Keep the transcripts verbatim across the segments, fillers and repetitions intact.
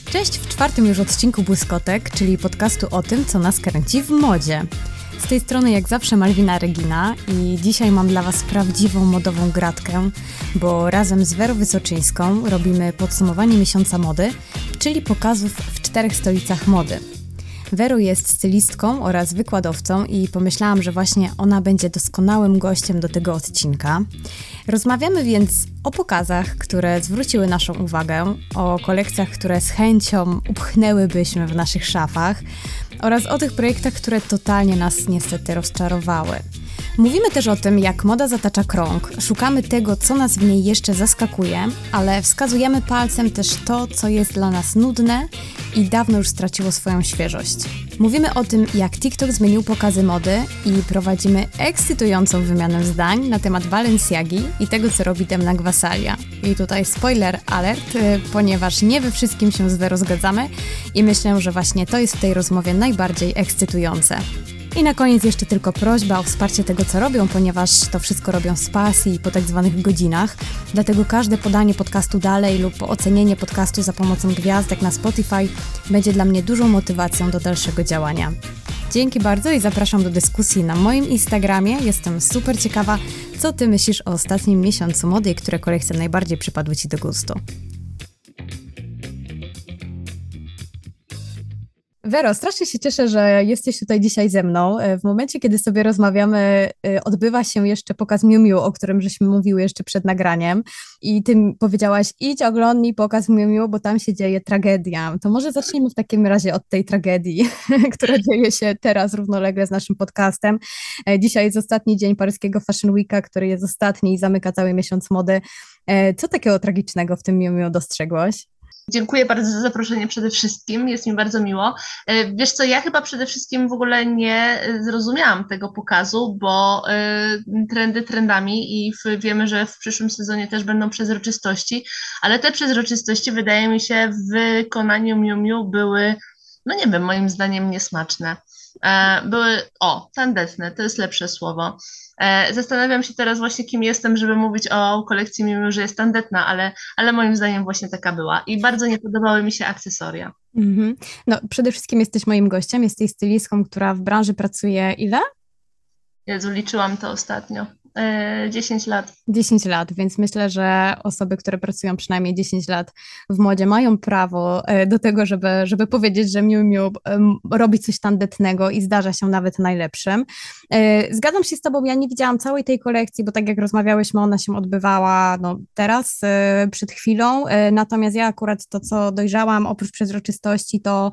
Cześć w czwartym już odcinku Błyskotek, czyli podcastu o tym, co nas kręci w modzie. Z tej strony jak zawsze Malwina Regina i dzisiaj mam dla Was prawdziwą modową gratkę, bo razem z Werą Wysoczyńską robimy podsumowanie miesiąca mody, czyli pokazów w czterech stolicach mody. Wero jest stylistką oraz wykładowcą i pomyślałam, że właśnie ona będzie doskonałym gościem do tego odcinka. Rozmawiamy więc o pokazach, które zwróciły naszą uwagę, o kolekcjach, które z chęcią upchnęłybyśmy w naszych szafach oraz o tych projektach, które totalnie nas niestety rozczarowały. Mówimy też o tym, jak moda zatacza krąg, szukamy tego, co nas w niej jeszcze zaskakuje, ale wskazujemy palcem też to, co jest dla nas nudne i dawno już straciło swoją świeżość. Mówimy o tym, jak TikTok zmienił pokazy mody i prowadzimy ekscytującą wymianę zdań na temat Balenciagi i tego, co robi Demna Gvasalia. I tutaj spoiler alert, ponieważ nie we wszystkim się z Vero zgadzamy i myślę, że właśnie to jest w tej rozmowie najbardziej ekscytujące. I na koniec jeszcze tylko prośba o wsparcie tego, co robią, ponieważ to wszystko robią z pasji i po tak zwanych godzinach. Dlatego każde podanie podcastu dalej lub ocenienie podcastu za pomocą gwiazdek na Spotify będzie dla mnie dużą motywacją do dalszego działania. Dzięki bardzo i zapraszam do dyskusji na moim Instagramie. Jestem super ciekawa, co Ty myślisz o ostatnim miesiącu mody i które kolekcje najbardziej przypadły Ci do gustu. Wero, strasznie się cieszę, że jesteś tutaj dzisiaj ze mną. W momencie, kiedy sobie rozmawiamy, odbywa się jeszcze pokaz Miu Miu, o którym żeśmy mówiły jeszcze przed nagraniem i ty powiedziałaś, idź oglądnij pokaz Miu Miu, bo tam się dzieje tragedia. To może zacznijmy w takim razie od tej tragedii, która dzieje się teraz równolegle z naszym podcastem. Dzisiaj jest ostatni dzień paryskiego Fashion Weeka, który jest ostatni i zamyka cały miesiąc mody. Co takiego tragicznego w tym Miu Miu dostrzegłaś? Dziękuję bardzo za zaproszenie przede wszystkim, jest mi bardzo miło. Wiesz co, ja chyba przede wszystkim w ogóle nie zrozumiałam tego pokazu, bo trendy trendami i w, wiemy, że w przyszłym sezonie też będą przezroczystości, ale te przezroczystości wydaje mi się w wykonaniu Miu Miu były, no nie wiem, moim zdaniem niesmaczne. Były, o, tandetne, to jest lepsze słowo. Zastanawiam się teraz właśnie, kim jestem, żeby mówić o kolekcji Miu Miu, że jest tandetna, ale, ale moim zdaniem właśnie taka była. I bardzo nie podobały mi się akcesoria. Mm-hmm. No, przede wszystkim jesteś moim gościem, jesteś stylistką, która w branży pracuje ile? Jezu, liczyłam to ostatnio. dziesięć lat. dziesięć lat, więc myślę, że osoby, które pracują przynajmniej dziesięć lat w modzie mają prawo do tego, żeby, żeby powiedzieć, że Miu Miu robi coś tandetnego i zdarza się nawet najlepszym. Zgadzam się z Tobą, ja nie widziałam całej tej kolekcji, bo tak jak rozmawiałyśmy, ona się odbywała no, teraz, przed chwilą, natomiast ja akurat to, co dojrzałam, oprócz przezroczystości, to,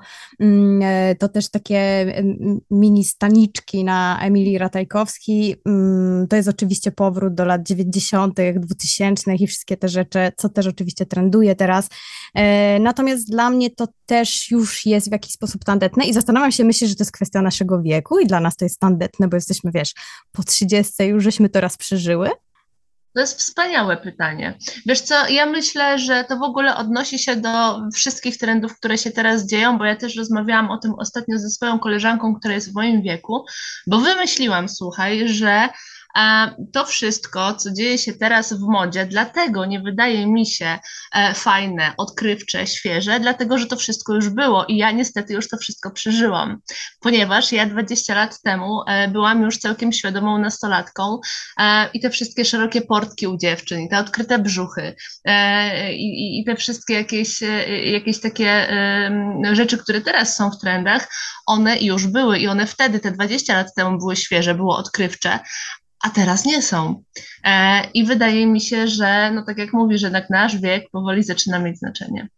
to też takie mini staniczki na Emilii Ratajkowskiej, to jest oczywiście Oczywiście powrót do lat dziewięćdziesiątych, dwutysięcznych i wszystkie te rzeczy, co też oczywiście trenduje teraz. E, natomiast dla mnie to też już jest w jakiś sposób tandetne i zastanawiam się, myślę, że to jest kwestia naszego wieku i dla nas to jest tandetne, bo jesteśmy, wiesz, po trzydziestce już żeśmy to raz przeżyły. To jest wspaniałe pytanie. Wiesz co, ja myślę, że to w ogóle odnosi się do wszystkich trendów, które się teraz dzieją, bo ja też rozmawiałam o tym ostatnio ze swoją koleżanką, która jest w moim wieku, bo wymyśliłam, słuchaj, że a to wszystko, co dzieje się teraz w modzie, dlatego nie wydaje mi się e, fajne, odkrywcze, świeże, dlatego, że to wszystko już było i ja niestety już to wszystko przeżyłam, ponieważ ja dwadzieścia lat temu e, byłam już całkiem świadomą nastolatką e, i te wszystkie szerokie portki u dziewczyn, i te odkryte brzuchy e, i, i te wszystkie jakieś, e, jakieś takie e, rzeczy, które teraz są w trendach, one już były i one wtedy, te dwadzieścia lat temu były świeże, było odkrywcze, a teraz nie są. E, I wydaje mi się, że, no tak jak mówisz, że jednak nasz wiek powoli zaczyna mieć znaczenie.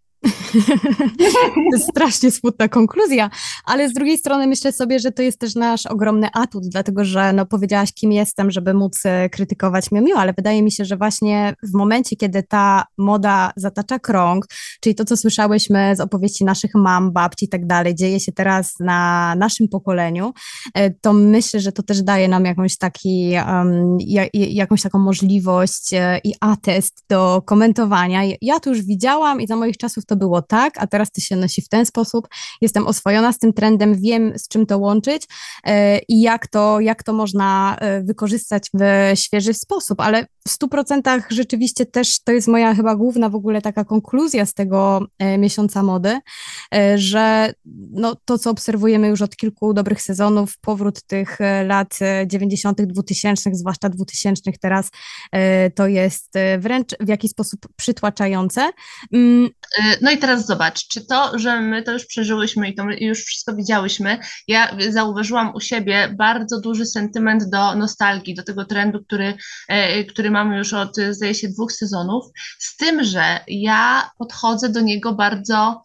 To jest strasznie smutna konkluzja, ale z drugiej strony myślę sobie, że to jest też nasz ogromny atut, dlatego że no, powiedziałaś, kim jestem, żeby móc krytykować Miu Miu, ale wydaje mi się, że właśnie w momencie, kiedy ta moda zatacza krąg, czyli to, co słyszałyśmy z opowieści naszych mam, babci i tak dalej, dzieje się teraz na naszym pokoleniu, to myślę, że to też daje nam jakąś, taki, um, jakąś taką możliwość i atest do komentowania. Ja to już widziałam i za moich czasów to było było tak, a teraz to się nosi w ten sposób. Jestem oswojona z tym trendem, wiem z czym to łączyć i jak to, jak to można wykorzystać w świeży sposób, ale w stu procentach rzeczywiście też to jest moja chyba główna w ogóle taka konkluzja z tego miesiąca mody, że no, to, co obserwujemy już od kilku dobrych sezonów, powrót tych lat dziewięćdziesiątych, dwutysięcznych, zwłaszcza dwutysięcznych teraz, to jest wręcz w jakiś sposób przytłaczające. No i teraz zobacz, czy to, że my to już przeżyłyśmy i to już wszystko widziałyśmy, ja zauważyłam u siebie bardzo duży sentyment do nostalgii, do tego trendu, który, który mamy już od, zdaje się, dwóch sezonów, z tym, że ja podchodzę do niego bardzo,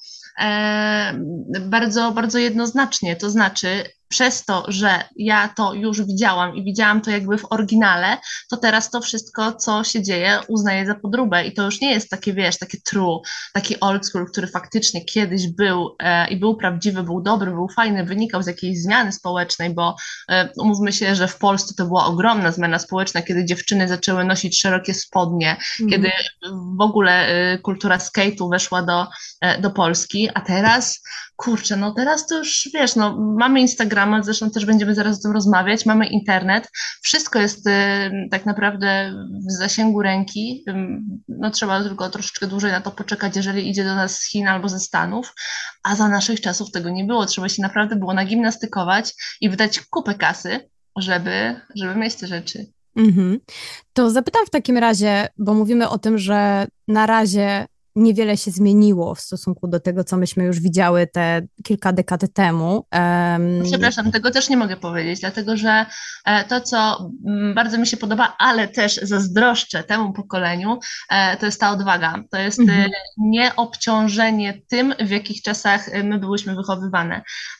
bardzo, bardzo jednoznacznie, to znaczy przez to, że ja to już widziałam i widziałam to jakby w oryginale, to teraz to wszystko, co się dzieje, uznaję za podróbę i to już nie jest takie, wiesz, takie true, taki old school, który faktycznie kiedyś był e, i był prawdziwy, był dobry, był fajny, wynikał z jakiejś zmiany społecznej, bo e, umówmy się, że w Polsce to była ogromna zmiana społeczna, kiedy dziewczyny zaczęły nosić szerokie spodnie, mm. kiedy w ogóle e, kultura skate'u weszła do, e, do Polski, a teraz kurczę, no teraz to już, wiesz, no mamy Instagrama, zresztą też będziemy zaraz o tym rozmawiać, mamy internet, wszystko jest y, tak naprawdę w zasięgu ręki, y, no trzeba tylko troszeczkę dłużej na to poczekać, jeżeli idzie do nas z Chin albo ze Stanów, a za naszych czasów tego nie było, trzeba się naprawdę było nagimnastykować i wydać kupę kasy, żeby, żeby mieć te rzeczy. Mhm. To zapytam w takim razie, bo mówimy o tym, że na razie niewiele się zmieniło w stosunku do tego, co myśmy już widziały te kilka dekad temu. Um... Przepraszam, tego też nie mogę powiedzieć, dlatego że to, co bardzo mi się podoba, ale też zazdroszczę temu pokoleniu, to jest ta odwaga. To jest mhm. nieobciążenie tym, w jakich czasach my byłyśmy wychowywane.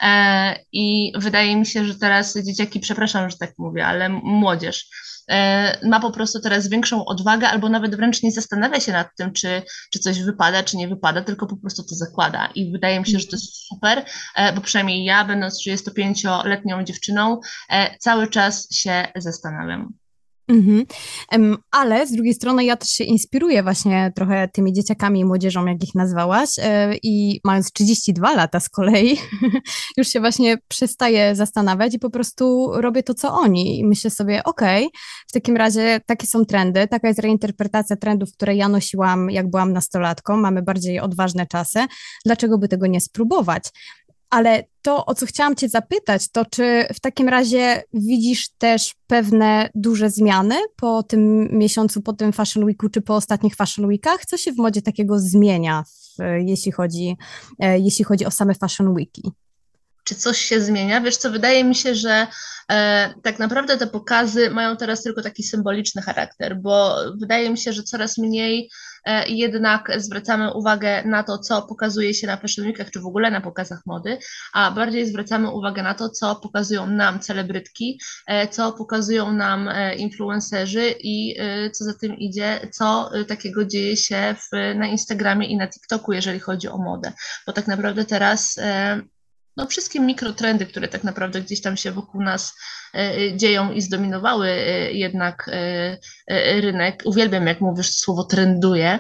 I wydaje mi się, że teraz dzieciaki, przepraszam, że tak mówię, ale młodzież, ma po prostu teraz większą odwagę albo nawet wręcz nie zastanawia się nad tym, czy, czy coś wypada, czy nie wypada, tylko po prostu to zakłada i wydaje mi się, że to jest super, bo przynajmniej ja, będąc trzydziestopięcioletnią dziewczyną, cały czas się zastanawiam. Mhm. Um, ale z drugiej strony ja też się inspiruję właśnie trochę tymi dzieciakami i młodzieżą, jak ich nazwałaś, yy, i mając trzydzieści dwa lata z kolei, już się właśnie przestaję zastanawiać i po prostu robię to, co oni i myślę sobie, okej, okay, w takim razie takie są trendy, taka jest reinterpretacja trendów, które ja nosiłam, jak byłam nastolatką, mamy bardziej odważne czasy, dlaczego by tego nie spróbować? Ale to, o co chciałam Cię zapytać, to czy w takim razie widzisz też pewne duże zmiany po tym miesiącu, po tym Fashion Weeku, czy po ostatnich Fashion Weekach? Co się w modzie takiego zmienia, w, jeśli chodzi, jeśli chodzi o same Fashion Weeki? Czy coś się zmienia? Wiesz co, wydaje mi się, że e, tak naprawdę te pokazy mają teraz tylko taki symboliczny charakter, bo wydaje mi się, że coraz mniej e, jednak zwracamy uwagę na to, co pokazuje się na Fashion Weekach, czy w ogóle na pokazach mody, a bardziej zwracamy uwagę na to, co pokazują nam celebrytki, e, co pokazują nam e, influencerzy i e, co za tym idzie, co e, takiego dzieje się w, na Instagramie i na TikToku, jeżeli chodzi o modę, bo tak naprawdę teraz e, no wszystkie mikrotrendy, które tak naprawdę gdzieś tam się wokół nas y, dzieją i zdominowały y, jednak y, y, rynek. Uwielbiam, jak mówisz słowo trenduje.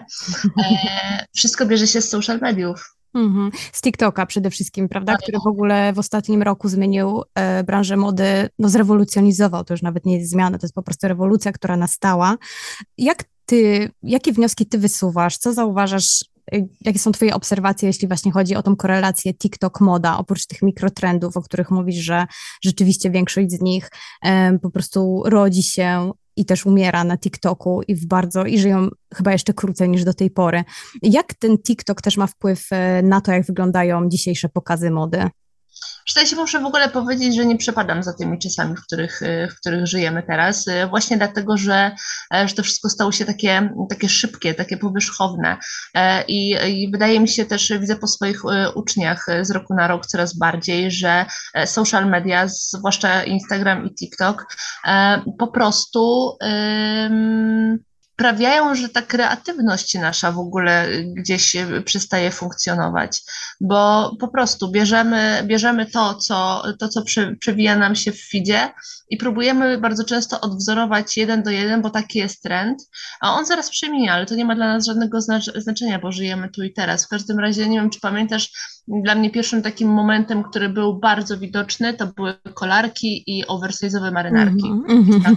E, wszystko bierze się z social mediów. Mm-hmm. Z TikToka przede wszystkim, prawda, który w ogóle w ostatnim roku zmienił e, branżę mody, no zrewolucjonizował, to już nawet nie jest zmiana, to jest po prostu rewolucja, która nastała. Jak ty, jakie wnioski ty wysuwasz, co zauważasz, jakie są twoje obserwacje, jeśli właśnie chodzi o tą korelację TikTok-moda, oprócz tych mikrotrendów, o których mówisz, że rzeczywiście większość z nich e, po prostu rodzi się i też umiera na TikToku i w bardzo, i żyją chyba jeszcze krócej niż do tej pory. Jak ten TikTok też ma wpływ na to, jak wyglądają dzisiejsze pokazy mody? Tutaj się muszę w ogóle powiedzieć, że nie przepadam za tymi czasami, w których, w których żyjemy teraz, właśnie dlatego, że, że to wszystko stało się takie, takie szybkie, takie powierzchowne I, i wydaje mi się też, widzę po swoich uczniach z roku na rok coraz bardziej, że social media, zwłaszcza Instagram i TikTok, po prostu um, sprawiają, że ta kreatywność nasza w ogóle gdzieś przestaje funkcjonować, bo po prostu bierzemy, bierzemy to, co, to, co przy, przewija nam się w feedzie i próbujemy bardzo często odwzorować jeden do jeden, bo taki jest trend, a on zaraz przeminie, ale to nie ma dla nas żadnego znacz- znaczenia, bo żyjemy tu i teraz. W każdym razie, nie wiem, czy pamiętasz, dla mnie pierwszym takim momentem, który był bardzo widoczny, to były kolarki i oversize'owe marynarki. Mm-hmm.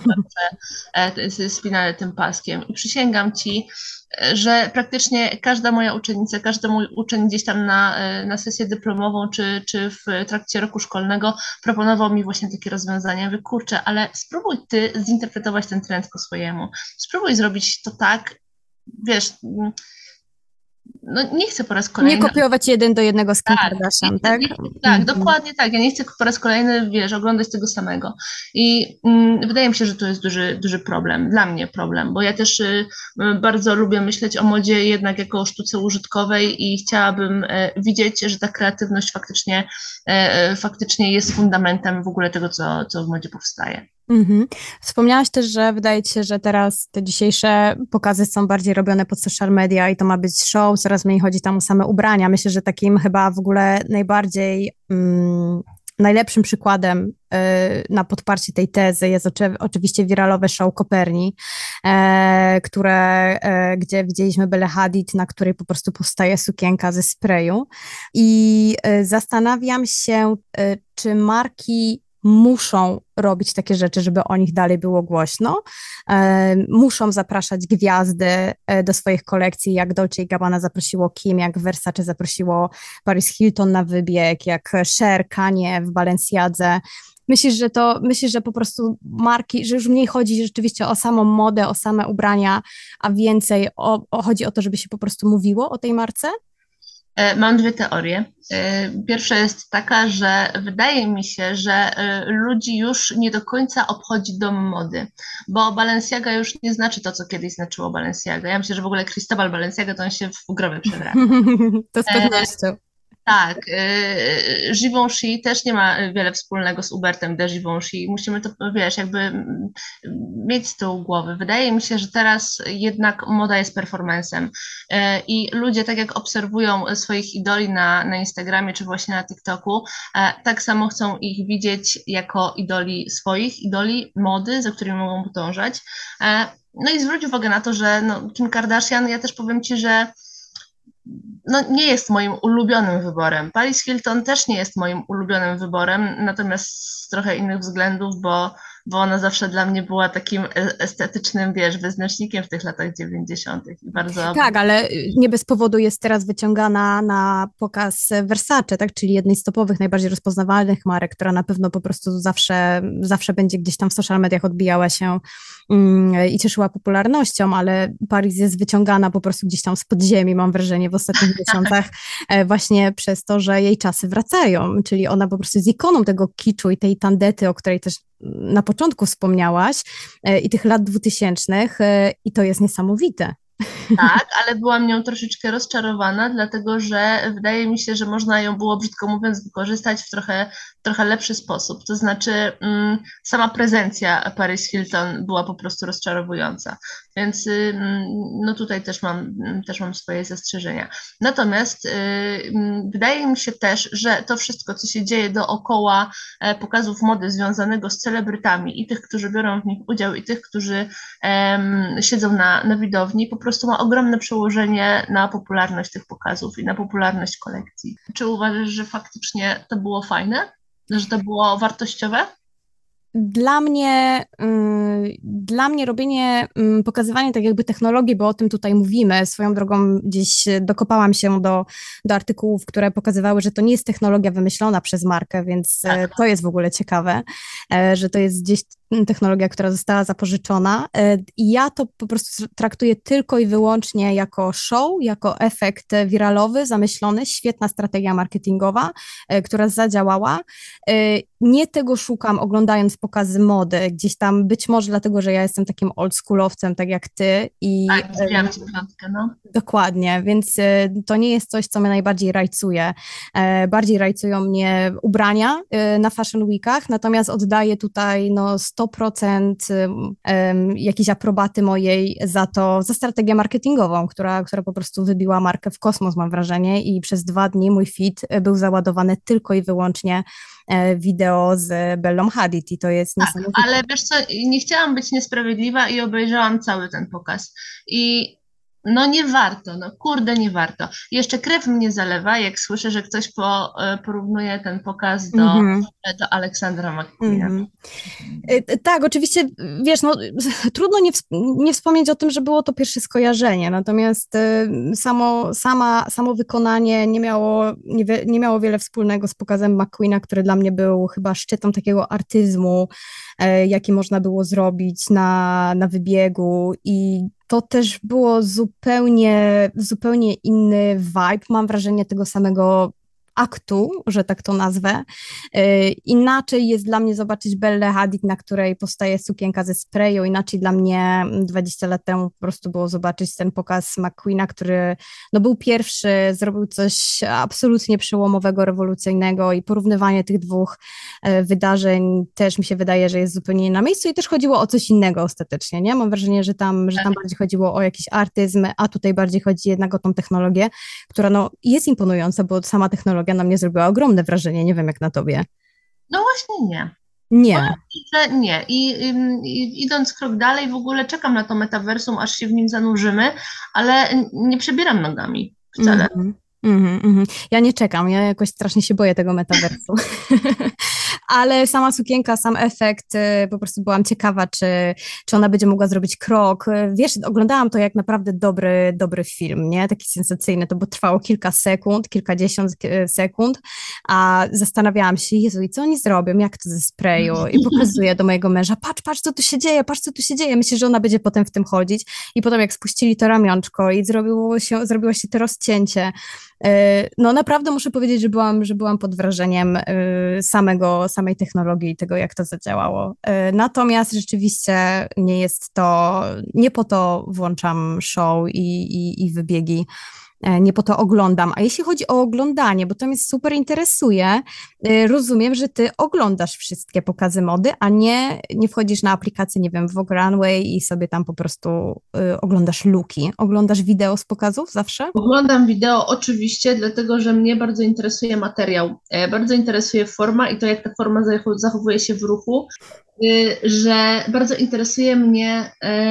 Z spinane tym paskiem. I przysięgam ci, że praktycznie każda moja uczennica, każdy mój uczeń gdzieś tam na, na sesję dyplomową czy, czy w trakcie roku szkolnego proponował mi właśnie takie rozwiązania. Ja mówię, kurczę, ale spróbuj ty zinterpretować ten trend po swojemu. Spróbuj zrobić to tak, wiesz, no nie chcę po raz kolejny... Nie kopiować jeden do jednego z Kim tak, Kardashian, tak? Nie, tak, mm-hmm. dokładnie tak. Ja nie chcę po raz kolejny, wiesz, oglądać tego samego. I mm, wydaje mi się, że to jest duży, duży problem, dla mnie problem, bo ja też y, bardzo lubię myśleć o modzie jednak jako o sztuce użytkowej i chciałabym y, widzieć, że ta kreatywność faktycznie, y, faktycznie jest fundamentem w ogóle tego, co, co w modzie powstaje. Mhm. Wspomniałaś też, że wydaje ci się, że teraz te dzisiejsze pokazy są bardziej robione pod social media i to ma być show, coraz mniej chodzi tam o same ubrania. Myślę, że takim chyba w ogóle najbardziej mm, najlepszym przykładem y, na podparcie tej tezy jest oczy, oczywiście wiralowe show Koperni, e, które, e, gdzie widzieliśmy Belle Hadid, na której po prostu powstaje sukienka ze sprayu i y, zastanawiam się, y, czy marki muszą robić takie rzeczy, żeby o nich dalej było głośno. E, muszą zapraszać gwiazdy e, do swoich kolekcji, jak Dolce i Gabbana zaprosiło Kim, jak Versace zaprosiło Paris Hilton na wybieg, jak Cher, Kanye w Balenciadze. Myślisz, że to, myślisz, że po prostu marki, że już mniej chodzi rzeczywiście o samą modę, o same ubrania, a więcej o, o, chodzi o to, żeby się po prostu mówiło o tej marce? Mam dwie teorie. Pierwsza jest taka, że wydaje mi się, że ludzi już nie do końca obchodzi dom mody, bo Balenciaga już nie znaczy to, co kiedyś znaczyło Balenciaga. Ja myślę, że w ogóle Cristobal Balenciaga to on się w grobie przebrał. To z pewnością. Tak, y, Givenchy też nie ma wiele wspólnego z Hubertem de Givenchy. Musimy to, wiesz, jakby mieć z tyłu głowy. Wydaje mi się, że teraz jednak moda jest performancem y, i ludzie tak jak obserwują swoich idoli na, na Instagramie czy właśnie na TikToku, y, tak samo chcą ich widzieć jako idoli swoich, idoli mody, za którymi mogą podążać. Y, no i zwróć uwagę na to, że no, Kim Kardashian, ja też powiem ci, że no, nie jest moim ulubionym wyborem. Paris Hilton też nie jest moim ulubionym wyborem, natomiast z trochę innych względów, bo, bo ona zawsze dla mnie była takim estetycznym, wiesz, wyznacznikiem w tych latach dziewięćdziesiątych. I bardzo... Tak, ale nie bez powodu jest teraz wyciągana na pokaz Versace, tak? Czyli jednej z topowych, najbardziej rozpoznawalnych marek, która na pewno po prostu zawsze, zawsze będzie gdzieś tam w social mediach odbijała się mm, i cieszyła popularnością, ale Paris jest wyciągana po prostu gdzieś tam z podziemi, mam wrażenie, w ostatnich miesiącach właśnie przez to, że jej czasy wracają, czyli ona po prostu jest ikoną tego kiczu i tej tandety, o której też na początku wspomniałaś, i tych lat dwutysięcznych, i to jest niesamowite. Tak, ale byłam nią troszeczkę rozczarowana, dlatego że wydaje mi się, że można ją było, brzydko mówiąc, wykorzystać w trochę, trochę lepszy sposób. To znaczy mm, sama prezencja Paris Hilton była po prostu rozczarowująca. Więc y, no tutaj też mam, też mam swoje zastrzeżenia. Natomiast y, y, wydaje mi się też, że to wszystko, co się dzieje dookoła e, pokazów mody związanego z celebrytami i tych, którzy biorą w nich udział i tych, którzy em, siedzą na, na widowni, po prostu ma ogromne przełożenie na popularność tych pokazów i na popularność kolekcji. Czy uważasz, że faktycznie to było fajne? Że to było wartościowe? Dla mnie, y, dla mnie robienie, y, pokazywanie tak jakby technologii, bo o tym tutaj mówimy, swoją drogą gdzieś dokopałam się do, do artykułów, które pokazywały, że to nie jest technologia wymyślona przez markę, więc tak. To jest w ogóle ciekawe, że to jest gdzieś technologia, która została zapożyczona i ja to po prostu traktuję tylko i wyłącznie jako show, jako efekt wiralowy, zamyślony, świetna strategia marketingowa, która zadziałała. Nie tego szukam oglądając pokazy mody, gdzieś tam być może dlatego, że ja jestem takim oldschoolowcem, tak jak ty. I tak, zbieram ci piątkę, no. Dokładnie, więc to nie jest coś, co mnie najbardziej rajcuje. Bardziej rajcują mnie ubrania na Fashion Weekach, natomiast oddaję tutaj no sto procent um, jakiejś aprobaty mojej za to, za strategię marketingową, która, która po prostu wybiła markę w kosmos, mam wrażenie, i przez dwa dni mój feed był załadowany tylko i wyłącznie wideo z Bellą Hadid i to jest Tak, niesamowite. ale wiesz co, nie chciałam być niesprawiedliwa i obejrzałam cały ten pokaz. I no nie warto, no kurde, nie warto. Jeszcze krew mnie zalewa, jak słyszę, że ktoś po, porównuje ten pokaz do, mm-hmm. do Aleksandra McQueena. Mm-hmm. Tak, oczywiście, wiesz, no trudno nie, nie wspomnieć o tym, że było to pierwsze skojarzenie, natomiast samo, sama, samo wykonanie nie miało, nie, nie miało wiele wspólnego z pokazem McQueena, który dla mnie był chyba szczytem takiego artyzmu, jaki można było zrobić na, na wybiegu i to też było zupełnie, zupełnie inny vibe, mam wrażenie tego samego aktu, że tak to nazwę. Yy, inaczej jest dla mnie zobaczyć Bellę Hadid, na której powstaje sukienka ze sprayu, inaczej dla mnie dwadzieścia lat temu po prostu było zobaczyć ten pokaz McQueena, który no, był pierwszy, zrobił coś absolutnie przełomowego, rewolucyjnego i porównywanie tych dwóch yy, wydarzeń też mi się wydaje, że jest zupełnie nie na miejscu i też chodziło o coś innego ostatecznie, nie? Mam wrażenie, że tam, że tam bardziej chodziło o jakiś artyzm, a tutaj bardziej chodzi jednak o tą technologię, która no, jest imponująca, bo sama technologia na mnie zrobiła ogromne wrażenie, nie wiem jak na tobie. No właśnie nie. Nie. Że nie. I, i idąc krok dalej, w ogóle czekam na to metaversum, aż się w nim zanurzymy, ale nie przebieram nogami wcale. Mm-hmm. Mm-hmm, mm-hmm. Ja nie czekam, ja jakoś strasznie się boję tego metaversu. Ale sama sukienka, sam efekt, po prostu byłam ciekawa, czy, czy ona będzie mogła zrobić krok. Wiesz, oglądałam to jak naprawdę dobry, dobry film, nie? Taki sensacyjny, to bo trwało kilka sekund, kilkadziesiąt sekund, a zastanawiałam się, Jezu, i co oni zrobią, jak to ze sprayu? I pokazuję do mojego męża, patrz, patrz, co tu się dzieje, patrz, co tu się dzieje. Myślę, że ona będzie potem w tym chodzić. I potem jak spuścili to ramionczko i zrobiło się, zrobiło się to rozcięcie, no naprawdę muszę powiedzieć, że byłam, że byłam pod wrażeniem samego, samej technologii i tego, jak to zadziałało. Natomiast rzeczywiście nie jest to, nie po to włączam show i, i, i wybiegi, nie po to oglądam. A jeśli chodzi o oglądanie, bo to mnie super interesuje, rozumiem, że ty oglądasz wszystkie pokazy mody, a nie, nie wchodzisz na aplikację, nie wiem, Vogue Runway i sobie tam po prostu y, oglądasz looki. Oglądasz wideo z pokazów zawsze? Oglądam wideo oczywiście, dlatego że mnie bardzo interesuje materiał, bardzo interesuje forma i to, jak ta forma zachowuje się w ruchu, że bardzo interesuje mnie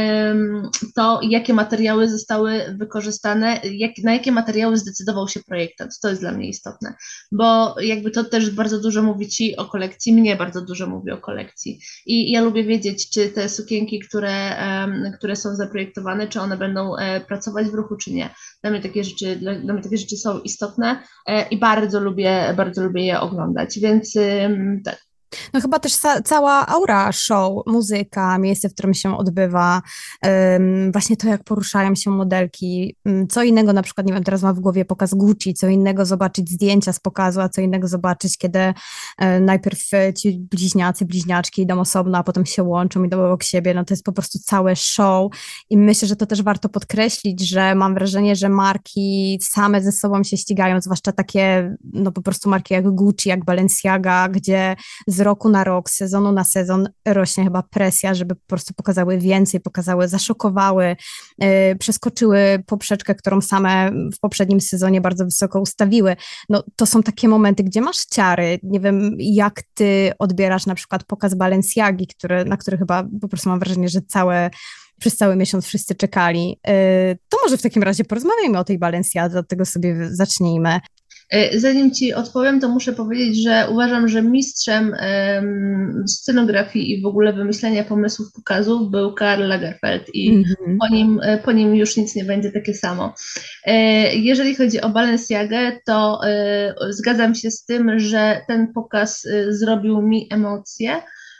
to, jakie materiały zostały wykorzystane, jak, na jakie materiały zdecydował się projektant. To jest dla mnie istotne, bo jakby to też bardzo dużo mówi ci o kolekcji, mnie bardzo dużo mówi o kolekcji i ja lubię wiedzieć, czy te sukienki, które, które są zaprojektowane, czy one będą pracować w ruchu, czy nie. Dla mnie takie rzeczy, dla, dla mnie takie rzeczy są istotne i bardzo lubię, bardzo lubię je oglądać, więc tak. No chyba też ca- cała aura show, muzyka, miejsce, w którym się odbywa, um, właśnie to, jak poruszają się modelki, um, co innego na przykład, nie wiem, teraz mam w głowie pokaz Gucci, co innego zobaczyć zdjęcia z pokazu, a co innego zobaczyć, kiedy um, najpierw ci bliźniacy, bliźniaczki idą osobno, a potem się łączą, idą obok siebie, no to jest po prostu całe show i myślę, że to też warto podkreślić, że mam wrażenie, że marki same ze sobą się ścigają, zwłaszcza takie, no po prostu marki jak Gucci, jak Balenciaga, gdzie z roku na rok, z sezonu na sezon rośnie chyba presja, żeby po prostu pokazały więcej, pokazały, zaszokowały, yy, przeskoczyły poprzeczkę, którą same w poprzednim sezonie bardzo wysoko ustawiły. No to są takie momenty, gdzie masz ciary. Nie wiem, jak ty odbierasz na przykład pokaz Balenciagi, który, na który chyba po prostu mam wrażenie, że całe przez cały miesiąc wszyscy czekali. Yy, to może w takim razie porozmawiajmy o tej Balenciadze, od tego sobie zacznijmy. Zanim ci odpowiem, to muszę powiedzieć, że uważam, że mistrzem um, scenografii i w ogóle wymyślenia pomysłów pokazów był Karl Lagerfeld i mm-hmm. po, nim, po nim już nic nie będzie takie samo. Jeżeli chodzi o Balenciagę, to zgadzam się z tym, że ten pokaz zrobił mi emocje,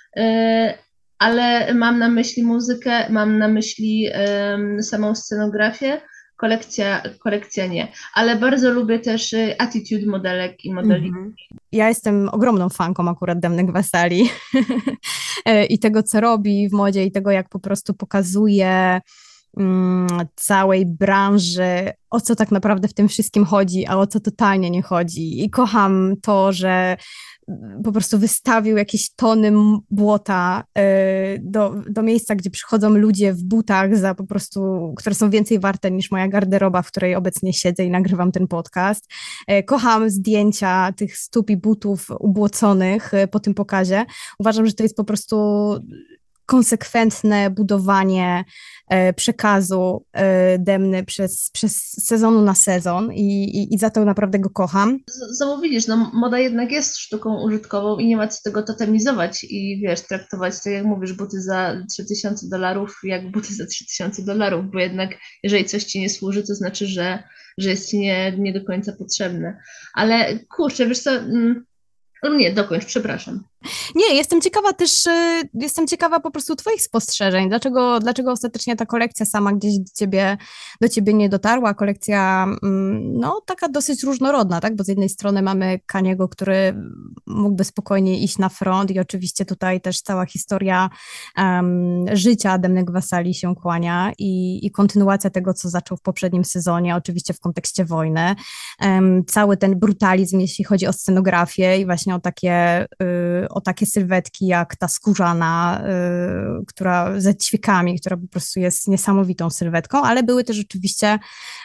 ale mam na myśli muzykę, mam na myśli um, samą scenografię. Kolekcja, kolekcja nie, ale bardzo lubię też attitude modelek i modeli. Mm-hmm. Ja jestem ogromną fanką akurat Demny Gvasaly i tego, co robi w modzie i tego, jak po prostu pokazuje mm, całej branży, o co tak naprawdę w tym wszystkim chodzi, a o co totalnie nie chodzi. I kocham to, że po prostu wystawił jakieś tony m- błota y, do, do miejsca, gdzie przychodzą ludzie w butach za po prostu, które są więcej warte niż moja garderoba, w której obecnie siedzę i nagrywam ten podcast. Y, kocham zdjęcia tych stóp i butów ubłoconych y, po tym pokazie. Uważam, że to jest po prostu konsekwentne budowanie e, przekazu e, Demny przez, przez sezonu na sezon i, i, i za to naprawdę go kocham. Znowu widzisz, no moda jednak jest sztuką użytkową i nie ma co tego totemizować i wiesz, traktować, tak jak mówisz, buty za trzy tysiące dolarów jak buty za trzy tysiące dolarów, bo jednak jeżeli coś ci nie służy, to znaczy, że, że jest ci nie, nie do końca potrzebne. Ale kurczę, wiesz co, mm, no nie, dokończ, przepraszam. Nie, jestem ciekawa też, y, jestem ciekawa po prostu twoich spostrzeżeń. Dlaczego, dlaczego ostatecznie ta kolekcja sama gdzieś do ciebie, do ciebie nie dotarła? Kolekcja, mm, no, taka dosyć różnorodna, tak? Bo z jednej strony mamy Kaniego, który mógłby spokojnie iść na front i oczywiście tutaj też cała historia um, życia Demnego Vasali się kłania i, i kontynuacja tego, co zaczął w poprzednim sezonie, oczywiście w kontekście wojny. Um, cały ten brutalizm, jeśli chodzi o scenografię i właśnie o takie y, o takie sylwetki jak ta skórzana, y, która ze ćwiekami, która po prostu jest niesamowitą sylwetką, ale były też oczywiście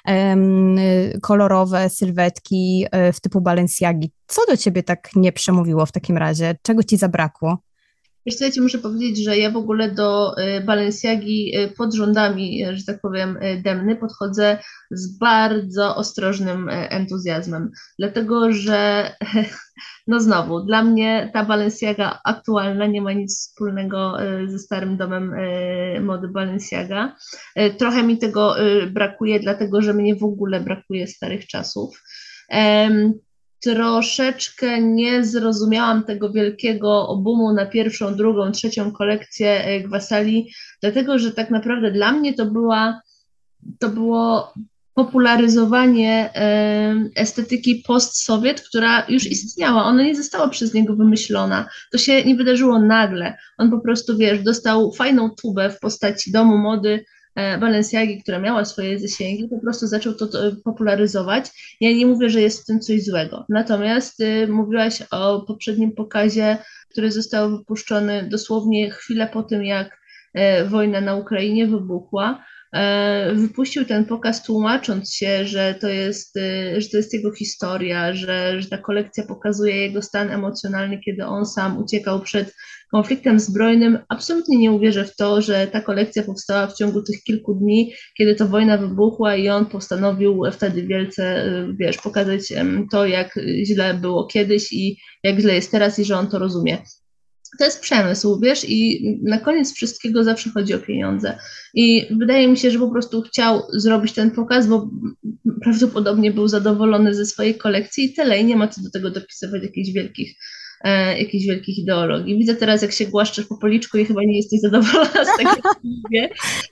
y, kolorowe sylwetki y, w typu Balenciagi. Co do ciebie tak nie przemówiło w takim razie? Czego ci zabrakło? Wiesz co, ja ci muszę powiedzieć, że ja w ogóle do y, Balenciagi y, pod rządami, y, że tak powiem, y, Demny podchodzę z bardzo ostrożnym y, entuzjazmem, dlatego że no znowu, dla mnie ta Balenciaga aktualna nie ma nic wspólnego y, ze starym domem y, mody Balenciaga. Y, Trochę mi tego y, brakuje, dlatego że mnie w ogóle brakuje starych czasów. Em, Troszeczkę nie zrozumiałam tego wielkiego obumu na pierwszą, drugą, trzecią kolekcję e, Gwasali, dlatego że tak naprawdę dla mnie to była, to było popularyzowanie e, estetyki post-sowiet, która już istniała. Ona nie została przez niego wymyślona. To się nie wydarzyło nagle. On po prostu, wiesz, dostał fajną tubę w postaci domu mody Balenciagi, która miała swoje zasięgi, po prostu zaczął to, to popularyzować. Ja nie mówię, że jest w tym coś złego. Natomiast y, mówiłaś o poprzednim pokazie, który został wypuszczony dosłownie chwilę po tym, jak e, wojna na Ukrainie wybuchła. E, wypuścił ten pokaz tłumacząc się, że to jest, y, że to jest jego historia, że, że ta kolekcja pokazuje jego stan emocjonalny, kiedy on sam uciekał przed konfliktem zbrojnym. Absolutnie nie uwierzę w to, że ta kolekcja powstała w ciągu tych kilku dni, kiedy to wojna wybuchła i on postanowił wtedy wielce, wiesz, pokazać to, jak źle było kiedyś i jak źle jest teraz i że on to rozumie. To jest przemysł, wiesz, i na koniec wszystkiego zawsze chodzi o pieniądze. I wydaje mi się, że po prostu chciał zrobić ten pokaz, bo prawdopodobnie był zadowolony ze swojej kolekcji i tyle, i nie ma co do tego dopisywać jakichś wielkich E, jakichś wielkich ideologii. Widzę teraz, jak się głaszczesz po policzku i chyba nie jesteś zadowolona z tego, co mówię.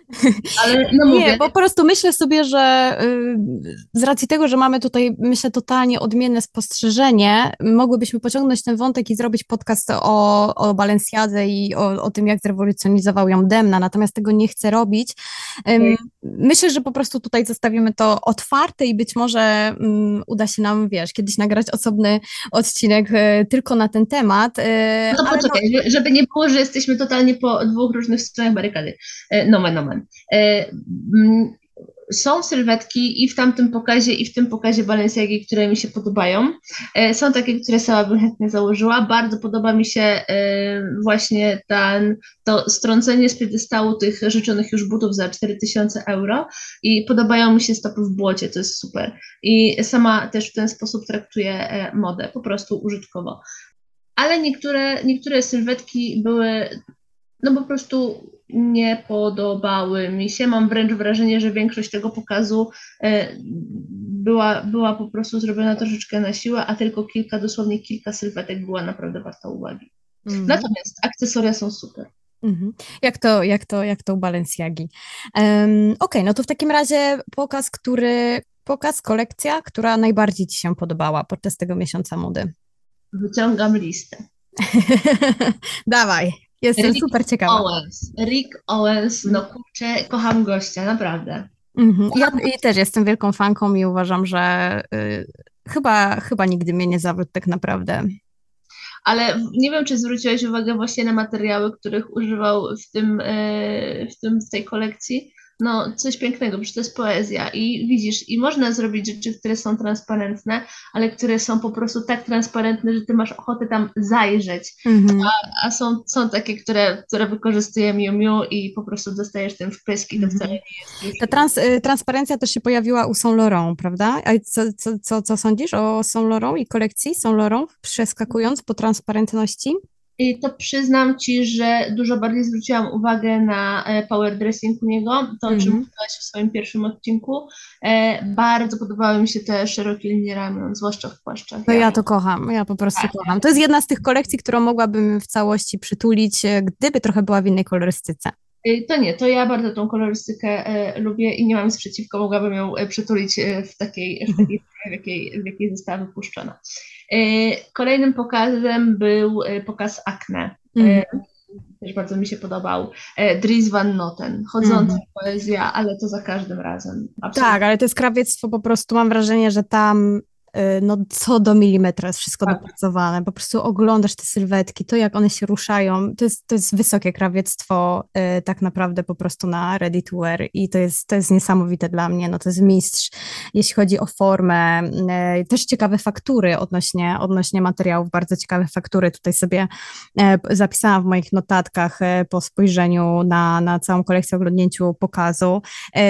Ale no mówię. Nie, bo po prostu myślę sobie, że y, z racji tego, że mamy tutaj, myślę, totalnie odmienne spostrzeżenie, mogłybyśmy pociągnąć ten wątek i zrobić podcast o, o Balenciadze i o, o tym, jak zrewolucjonizował ją Demna, natomiast tego nie chcę robić. Ym, myślę, że po prostu tutaj zostawimy to otwarte i być może um, uda się nam, wiesz, kiedyś nagrać osobny odcinek y, tylko na ten temat. Y, no ale poczekaj, no... żeby nie było, że jesteśmy totalnie po dwóch różnych stronach barykady. Nomen, nomen. Są sylwetki i w tamtym pokazie, i w tym pokazie Balenciagi, które mi się podobają. Są takie, które sama bym chętnie założyła. Bardzo podoba mi się właśnie ten, to strącenie z piedestału tych życzonych już butów za cztery tysiące euro i podobają mi się stopy w błocie, to jest super. I sama też w ten sposób traktuję modę, po prostu użytkowo. Ale niektóre, niektóre sylwetki były no po prostu nie podobały mi się. Mam wręcz wrażenie, że większość tego pokazu e, była, była po prostu zrobiona troszeczkę na siłę, a tylko kilka, dosłownie kilka sylwetek była naprawdę warta uwagi. Mm. Natomiast akcesoria są super. Mm-hmm. Jak to, jak to, jak to u Balenciagi. Um, Okej, okay, no to w takim razie pokaz, który, pokaz, kolekcja, która najbardziej ci się podobała podczas tego miesiąca mody. Wyciągam listę. Dawaj. Jestem Rick super ciekawa. Owens. Rick Owens, no kurczę, kocham gościa, naprawdę. Mhm. Ja, ja też jestem wielką fanką i uważam, że y, chyba, chyba nigdy mnie nie zawiódł tak naprawdę. Ale nie wiem, czy zwróciłeś uwagę właśnie na materiały, których używał w tym, e, w tym, w tej kolekcji. No, coś pięknego, przecież to jest poezja i widzisz, i można zrobić rzeczy, które są transparentne, ale które są po prostu tak transparentne, że ty masz ochotę tam zajrzeć, Mhm. a są, są takie, które, które wykorzystuje Miu Miu i po prostu dostajesz ten wpysk i to wcale Mhm. nie jest już... Ta trans, y, transparencja też się pojawiła u Saint Laurent, prawda? A co, co, co, co sądzisz o Saint Laurent i kolekcji Saint Laurent, przeskakując po transparentności? I to przyznam Ci, że dużo bardziej zwróciłam uwagę na e, power dressing u niego, to o czym Mhm. mówiłaś w swoim pierwszym odcinku. E, bardzo podobały mi się te szerokie linie ramion, zwłaszcza w płaszczach. No Ja, ja to kocham, ja po prostu tak, kocham. To jest jedna z tych kolekcji, którą mogłabym w całości przytulić, e, gdyby trochę była w innej kolorystyce. e, to nie, to ja bardzo tą kolorystykę e, lubię i nie mam nic przeciwko, mogłabym ją e, przytulić e, w takiej, w takiej w jakiej, w jakiej została wypuszczona. E, kolejnym pokazem był e, pokaz Acne. E, Mhm. Też bardzo mi się podobał. E, Dries Van Noten, chodząca Mhm. poezja, ale to za każdym razem. Tak, Absolutnie. ale to jest krawiectwo, po prostu mam wrażenie, że tam y, no co do milimetra jest wszystko Tak. dopracowane. Po prostu oglądasz te sylwetki, to jak one się ruszają, to jest, to jest wysokie krawiectwo y, tak naprawdę po prostu na ready to wear i to jest, to jest niesamowite dla mnie, no to jest mistrz, jeśli chodzi o formę. Y, też ciekawe faktury odnośnie, odnośnie materiałów, bardzo ciekawe faktury. Tutaj sobie y, zapisałam w moich notatkach y, po spojrzeniu na, na całą kolekcję, oglądnięciu pokazu.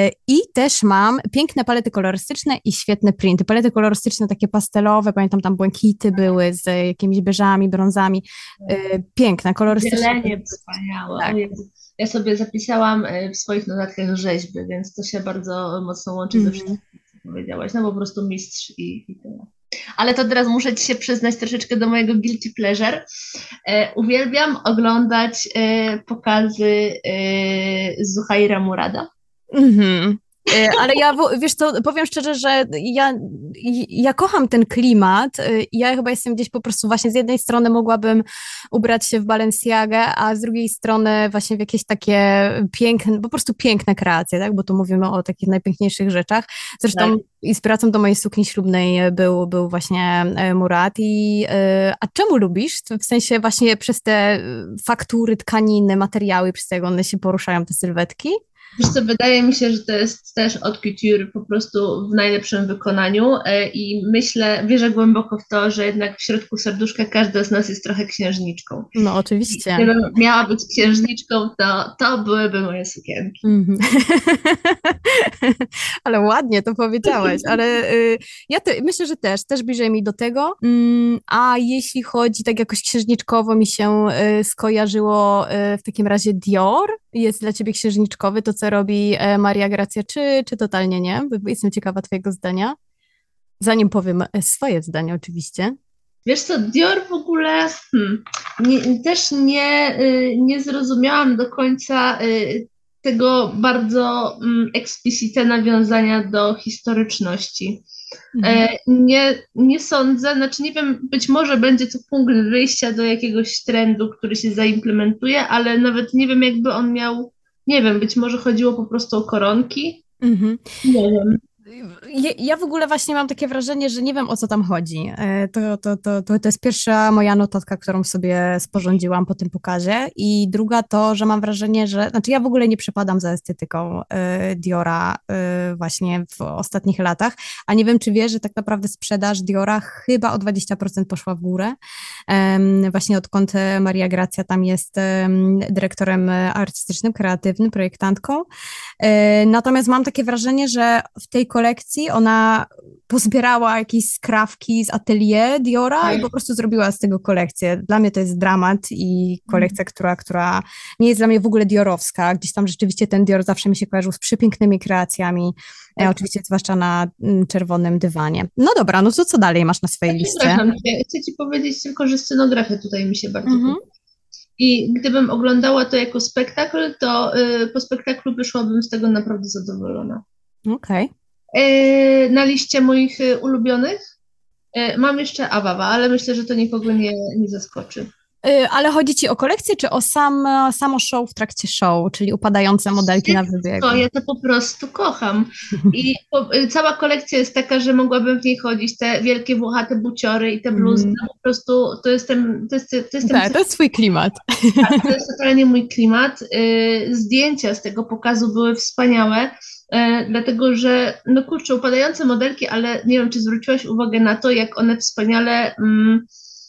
I też mam piękne palety kolorystyczne i świetne printy. Palety kolorystyczne takie pastelowe, pamiętam tam błękity były z jakimiś beżami, brązami. Piękne, kolorystyczne. Zielenie wspaniałe. O Tak. Jezu. Ja sobie zapisałam e, w swoich notatkach rzeźby, więc to się bardzo mocno łączy ze Mhm. wszystkim, co powiedziałaś. No po prostu mistrz i, i tyle. Ale to teraz muszę Ci się przyznać troszeczkę do mojego guilty pleasure. E, uwielbiam oglądać e, pokazy e, Zuhaira Murada. Mhm. Y, Ale ja, wo- wiesz co, powiem szczerze, że ja, ja kocham ten klimat. y, i Ja chyba jestem gdzieś po prostu właśnie z jednej strony mogłabym ubrać się w Balenciagę, a z drugiej strony właśnie w jakieś takie piękne, po prostu piękne kreacje, tak? Bo tu mówimy o takich najpiękniejszych rzeczach. Tak. Zresztą inspiracją do mojej sukni ślubnej był, był właśnie y, Murat. I, y, a czemu lubisz? W sensie właśnie przez te y, faktury, tkaniny, materiały, przez to jak one się poruszają, te sylwetki? Wiesz co, wydaje mi się, że to jest też od couture po prostu w najlepszym wykonaniu e, i myślę, wierzę głęboko w to, że jednak w środku serduszka każda z nas jest trochę księżniczką. No I oczywiście. gdybym miała być księżniczką, to to byłyby moje sukienki. Mhm. Ale ładnie to powiedziałeś, ale y, ja te, myślę, że też, też bliżej mi do tego. Mm, a jeśli chodzi tak jakoś księżniczkowo mi się y, skojarzyło y, w takim razie Dior jest dla ciebie księżniczkowy, to co robi e, Maria Grazia, czy, czy totalnie nie? Bo jestem ciekawa twojego zdania. Zanim powiem e, swoje zdanie oczywiście. Wiesz co, Dior w ogóle hmm, nie, też nie, y, nie zrozumiałam do końca y, tego bardzo mm, explicite nawiązania do historyczności. Mhm. E, Nie, nie sądzę, znaczy nie wiem, być może będzie to punkt wyjścia do jakiegoś trendu, który się zaimplementuje, ale nawet nie wiem, jakby on miał, nie wiem, być może chodziło po prostu o koronki. Mhm. Nie wiem. Ja ja w ogóle właśnie mam takie wrażenie, że nie wiem o co tam chodzi. E, To, to, to, to, to jest pierwsza moja notatka, którą sobie sporządziłam po tym pokazie. I druga to, że mam wrażenie, że. Znaczy, ja w ogóle nie przepadam za estetyką e, Diora e, właśnie w ostatnich latach. A nie wiem, czy wiesz, że tak naprawdę sprzedaż Diora chyba o dwadzieścia procent poszła w górę. Em, Właśnie odkąd e, Maria Grazia tam jest em, dyrektorem e, artystycznym, kreatywnym, projektantką. E, Natomiast mam takie wrażenie, że w tej kolekcji ona pozbierała jakieś skrawki z atelier Diora i po prostu zrobiła z tego kolekcję. Dla mnie to jest dramat i kolekcja, która, która nie jest dla mnie w ogóle diorowska. Gdzieś tam rzeczywiście ten Dior zawsze mi się kojarzył z przepięknymi kreacjami, e, oczywiście zwłaszcza na mm, czerwonym dywanie. No dobra, no to co dalej masz na swojej liście? Przepraszam cię, chcę ci powiedzieć tylko, że scenografia tutaj mi się bardzo Mhm. podoba. I gdybym oglądała to jako spektakl, to y, po spektaklu wyszłabym z tego naprawdę zadowolona. Okej. Y, na liście moich y, ulubionych y, mam jeszcze Awawa, ale myślę, że to nikogo nie, nie zaskoczy. Y, Ale chodzi ci o kolekcję, czy o sam, samo show w trakcie show, czyli upadające modelki na wybiegu? To ja to po prostu kocham. I po, y, cała kolekcja jest taka, że mogłabym w niej chodzić. Te wielkie włochate buciory i te bluzy, Mhm. to po prostu to jestem, to jest, to jestem Tak, to jest twój klimat. tak, to jest totalnie mój klimat. Y, Zdjęcia z tego pokazu były wspaniałe, y, dlatego że, no kurczę, upadające modelki, ale nie wiem, czy zwróciłaś uwagę na to, jak one wspaniale mm,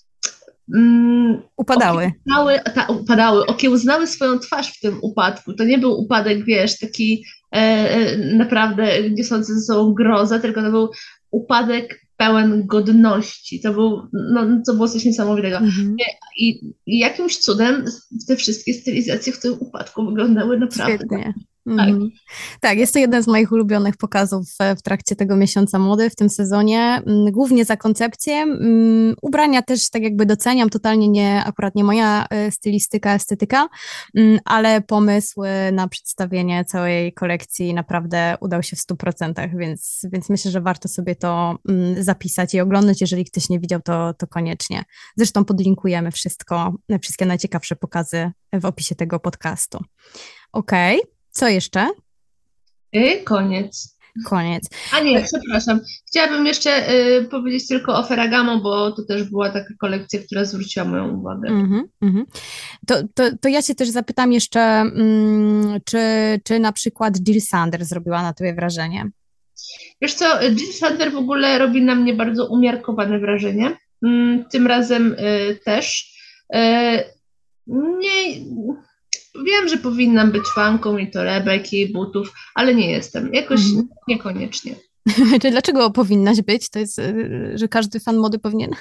mm, Upadały. okiełznały, ta, upadały, okiełznały swoją twarz w tym upadku. To nie był upadek, wiesz, taki e, e, naprawdę niosący ze sobą grozę, tylko to był upadek pełen godności. To był, no, to było coś niesamowitego. Mhm. I, I jakimś cudem te wszystkie stylizacje w tym upadku wyglądały naprawdę Świetnie. tak. Mhm. Tak, jest to jeden z moich ulubionych pokazów w, w trakcie tego miesiąca mody w tym sezonie, mm, głównie za koncepcję. Mm, Ubrania też tak jakby doceniam, totalnie nie, akurat nie moja e, stylistyka, estetyka, mm, ale pomysł e, na przedstawienie całej kolekcji naprawdę udał się w stu procentach, więc, więc myślę, że warto sobie to mm, zapisać i oglądać. Jeżeli ktoś nie widział, to, to koniecznie. Zresztą podlinkujemy wszystko, wszystkie najciekawsze pokazy w opisie tego podcastu. Okej. Co jeszcze? I koniec. Koniec. A nie, przepraszam. Chciałabym jeszcze y, powiedzieć tylko o Ferragamo, bo to też była taka kolekcja, która zwróciła moją uwagę. Mhm, mhm. To, to, to ja się też zapytam jeszcze, mm, czy, czy na przykład Jill Sander zrobiła na tobie wrażenie? Wiesz co, Jill Sander w ogóle robi na mnie bardzo umiarkowane wrażenie. Mm, Tym razem y, też. Y, Nie, wiem, że powinnam być fanką i torebek, i butów, ale nie jestem. Jakoś Mhm. niekoniecznie. Czy dlaczego powinnaś być? To jest, y, że każdy fan mody powinien?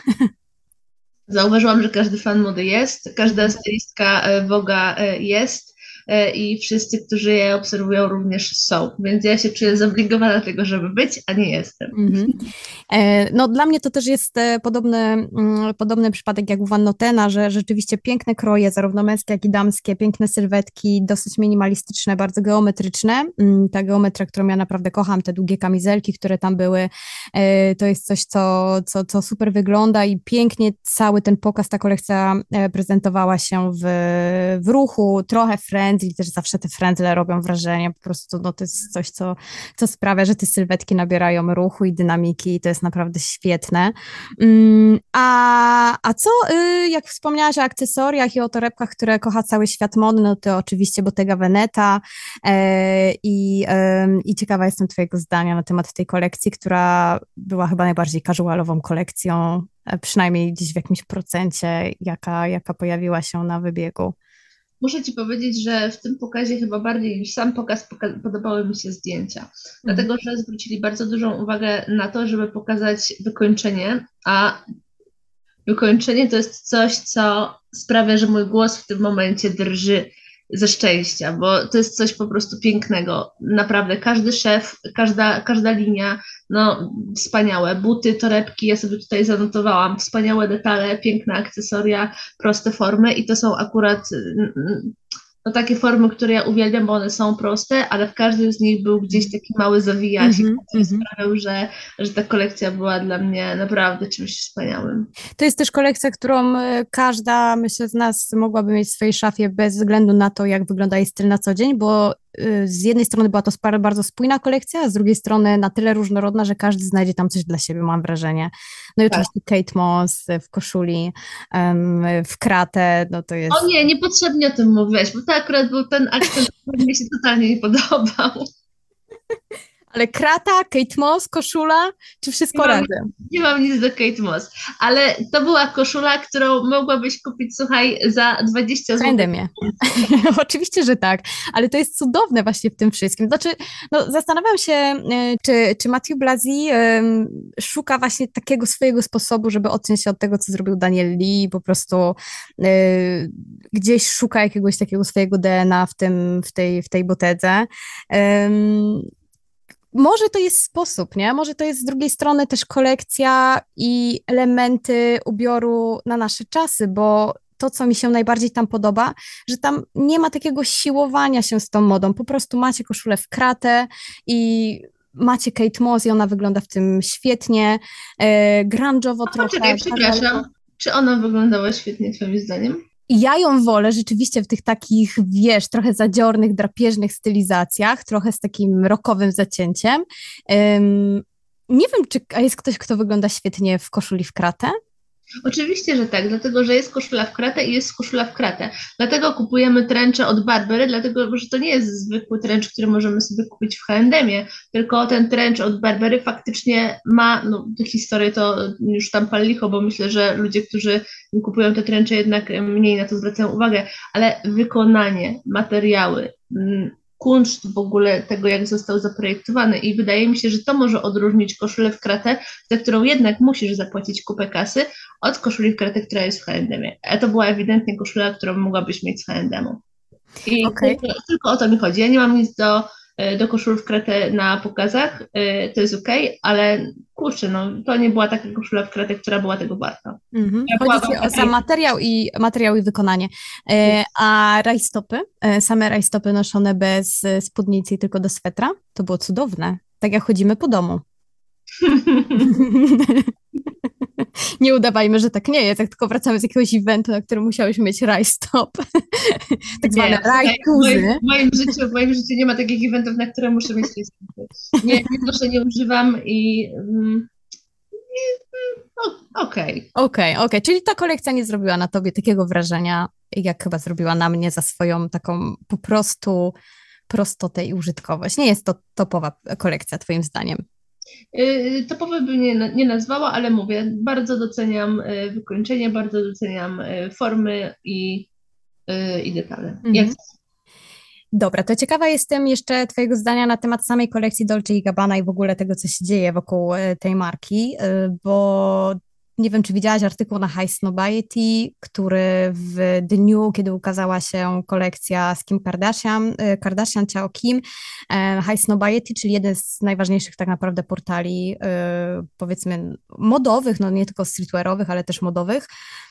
Zauważyłam, że każdy fan mody jest, każda stylistka e, Vogue'a e, jest e, i wszyscy, którzy je obserwują, również są. Więc ja się czuję zobligowana do tego, żeby być, a nie jestem. Mhm. E, No dla mnie to też jest e, podobny, mm, podobny przypadek jak u Van Notena, że rzeczywiście piękne kroje, zarówno męskie, jak i damskie, piękne sylwetki, dosyć minimalistyczne, bardzo geometryczne. Mm, Ta geometria, którą ja naprawdę kocham, te długie kamizelki, które tam były, e, to jest coś, co, co, co super wygląda i pięknie cały ten pokaz, ta kolekcja e, prezentowała się w, w ruchu, trochę frędzli, też zawsze te frędzle robią wrażenie, po prostu no, to jest coś, co, co sprawia, że te sylwetki nabierają ruchu i dynamiki i to jest naprawdę świetne. Mm, A, a co, y, jak wspomniałaś o akcesoriach i o torebkach, które kocha cały świat mody, no to oczywiście Bottega Veneta e, i, em, i ciekawa jestem twojego zdania na temat tej kolekcji, która była chyba najbardziej casualową kolekcją, e, przynajmniej gdzieś w jakimś procencie, jaka, jaka pojawiła się na wybiegu. Muszę Ci powiedzieć, że w tym pokazie chyba bardziej niż sam pokaz poka- podobały mi się zdjęcia, Mhm. dlatego że zwrócili bardzo dużą uwagę na to, żeby pokazać wykończenie, a wykończenie to jest coś, co sprawia, że mój głos w tym momencie drży ze szczęścia, bo to jest coś po prostu pięknego. Naprawdę, każdy szef, każda, każda linia, no wspaniałe. Buty, torebki, ja sobie tutaj zanotowałam. Wspaniałe detale, piękne akcesoria, proste formy i to są akurat mm, mm, no, takie formy, które ja uwielbiam, bo one są proste, ale w każdym z nich był gdzieś taki mały zawijasik, Mhm, który mhm. sprawiał, że, że ta kolekcja była dla mnie naprawdę czymś wspaniałym. To jest też kolekcja, którą e, każda, myślę, z nas mogłaby mieć w swojej szafie bez względu na to, jak wygląda jej styl na co dzień, bo e, z jednej strony była to spar- bardzo spójna kolekcja, a z drugiej strony na tyle różnorodna, że każdy znajdzie tam coś dla siebie, mam wrażenie. No i Tak. oczywiście Kate Moss w koszuli, em, w kratę, no to jest... O nie, niepotrzebnie o tym mówiłeś, bo to akurat był ten akcent, który mi się totalnie nie podobał. Ale krata, Kate Moss, koszula, czy Nie wszystko mam, razem? nie mam nic do Kate Moss, ale to była koszula, którą mogłabyś kupić, słuchaj, za dwadzieścia złotych. Będę mnie. Oczywiście, że tak, ale to jest cudowne właśnie w tym wszystkim. Znaczy, no, zastanawiam się, e, czy, czy Mathieu Blazy em, szuka właśnie takiego swojego sposobu, żeby odciąć się od tego, co zrobił Daniel Lee, po prostu e, gdzieś szuka jakiegoś takiego swojego D N A w tym, w tej, w tej botedze. Em, Może to jest sposób, nie? Może to jest z drugiej strony też kolekcja i elementy ubioru na nasze czasy, bo to, co mi się najbardziej tam podoba, że tam nie ma takiego siłowania się z tą modą. Po prostu macie koszulę w kratę i macie Kate Moss i ona wygląda w tym świetnie, e, grunge'owo A trochę. poczekaj, przepraszam. Czy ona wyglądała świetnie twoim zdaniem? I ja ją wolę rzeczywiście w tych takich, wiesz, trochę zadziornych, drapieżnych stylizacjach, trochę z takim rockowym zacięciem. Um, nie wiem, czy a jest ktoś, kto wygląda świetnie w koszuli w kratę? Oczywiście, że tak, dlatego że jest koszula w kratę i jest koszula w kratę. Dlatego kupujemy trencze od Barbery, dlatego że to nie jest zwykły trench, który możemy sobie kupić w H and M-ie, tylko ten trench od Barbery faktycznie ma, no historię to już tam pal licho, bo myślę, że ludzie, którzy kupują te trencze jednak mniej na to zwracają uwagę, ale wykonanie, materiały, kunszt w ogóle tego, jak został zaprojektowany i wydaje mi się, że to może odróżnić koszulę w kratę, za którą jednak musisz zapłacić kupę kasy, od koszuli w kratę, która jest w H and M-ie. A to była ewidentnie koszula, którą mogłabyś mieć z H and M-u. I okay. tylko, tylko o to mi chodzi. Ja nie mam nic do, do koszul w kratę na pokazach, to jest okej, okay, ale kurczę, no to nie była taka koszula w kratę, która była tego warta. Mm-hmm. Chodzi ci o sam materiał i, materiał i wykonanie. E, a rajstopy, e, same rajstopy noszone bez spódnicy i tylko do swetra, to było cudowne. Tak jak chodzimy po domu. Nie udawajmy, że tak nie jest, jak tylko wracamy z jakiegoś eventu, na którym musiałeś mieć rajstop. Tak zwane rajtuzy. W moim życiu, w moim życiu nie ma takich eventów, na które muszę mieć rajstopy. Nie, nie proszę, nie używam i... Mm, Okej. Okay. Okej, okay, okay. Czyli ta kolekcja nie zrobiła na tobie takiego wrażenia, jak chyba zrobiła na mnie za swoją taką po prostu prostotę i użytkowość. Nie jest to topowa kolekcja twoim zdaniem? Yy, topowe bym nie, nie nazwała, ale mówię, bardzo doceniam y, wykończenie, bardzo doceniam y, formy i, y, i detale. Mhm. Jak... Dobra, to ciekawa jestem jeszcze twojego zdania na temat samej kolekcji Dolce i Gabbana i w ogóle tego, co się dzieje wokół tej marki, bo nie wiem, czy widziałaś artykuł na High Snobiety, który w dniu, kiedy ukazała się kolekcja z Kim Kardashian, Kardashian Ciao Kim, High Snobiety, czyli jeden z najważniejszych tak naprawdę portali, powiedzmy modowych, no nie tylko streetwearowych, ale też modowych,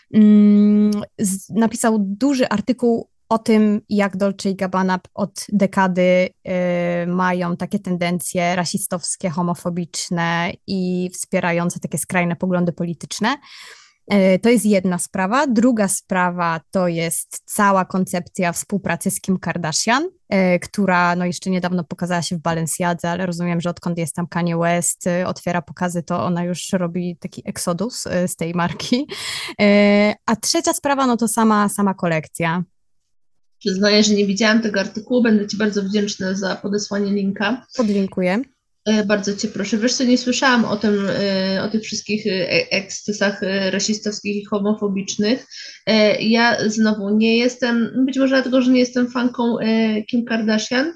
napisał duży artykuł o tym, jak Dolce i Gabbana od dekady y, mają takie tendencje rasistowskie, homofobiczne i wspierające takie skrajne poglądy polityczne. Y, to jest jedna sprawa. Druga sprawa to jest cała koncepcja współpracy z Kim Kardashian, y, która no jeszcze niedawno pokazała się w Balenciadze, ale rozumiem, że odkąd jest tam Kanye West, y, otwiera pokazy, to ona już robi taki eksodus y, z tej marki. Y, a trzecia sprawa, no to sama, sama kolekcja. Przyznaję, że nie widziałam tego artykułu, będę Ci bardzo wdzięczna za podesłanie linka. Podlinkuję. Bardzo Cię proszę. Wiesz co, nie słyszałam o tym, o tych wszystkich ekscesach rasistowskich i homofobicznych. Ja znowu nie jestem, być może dlatego, że nie jestem fanką Kim Kardashian,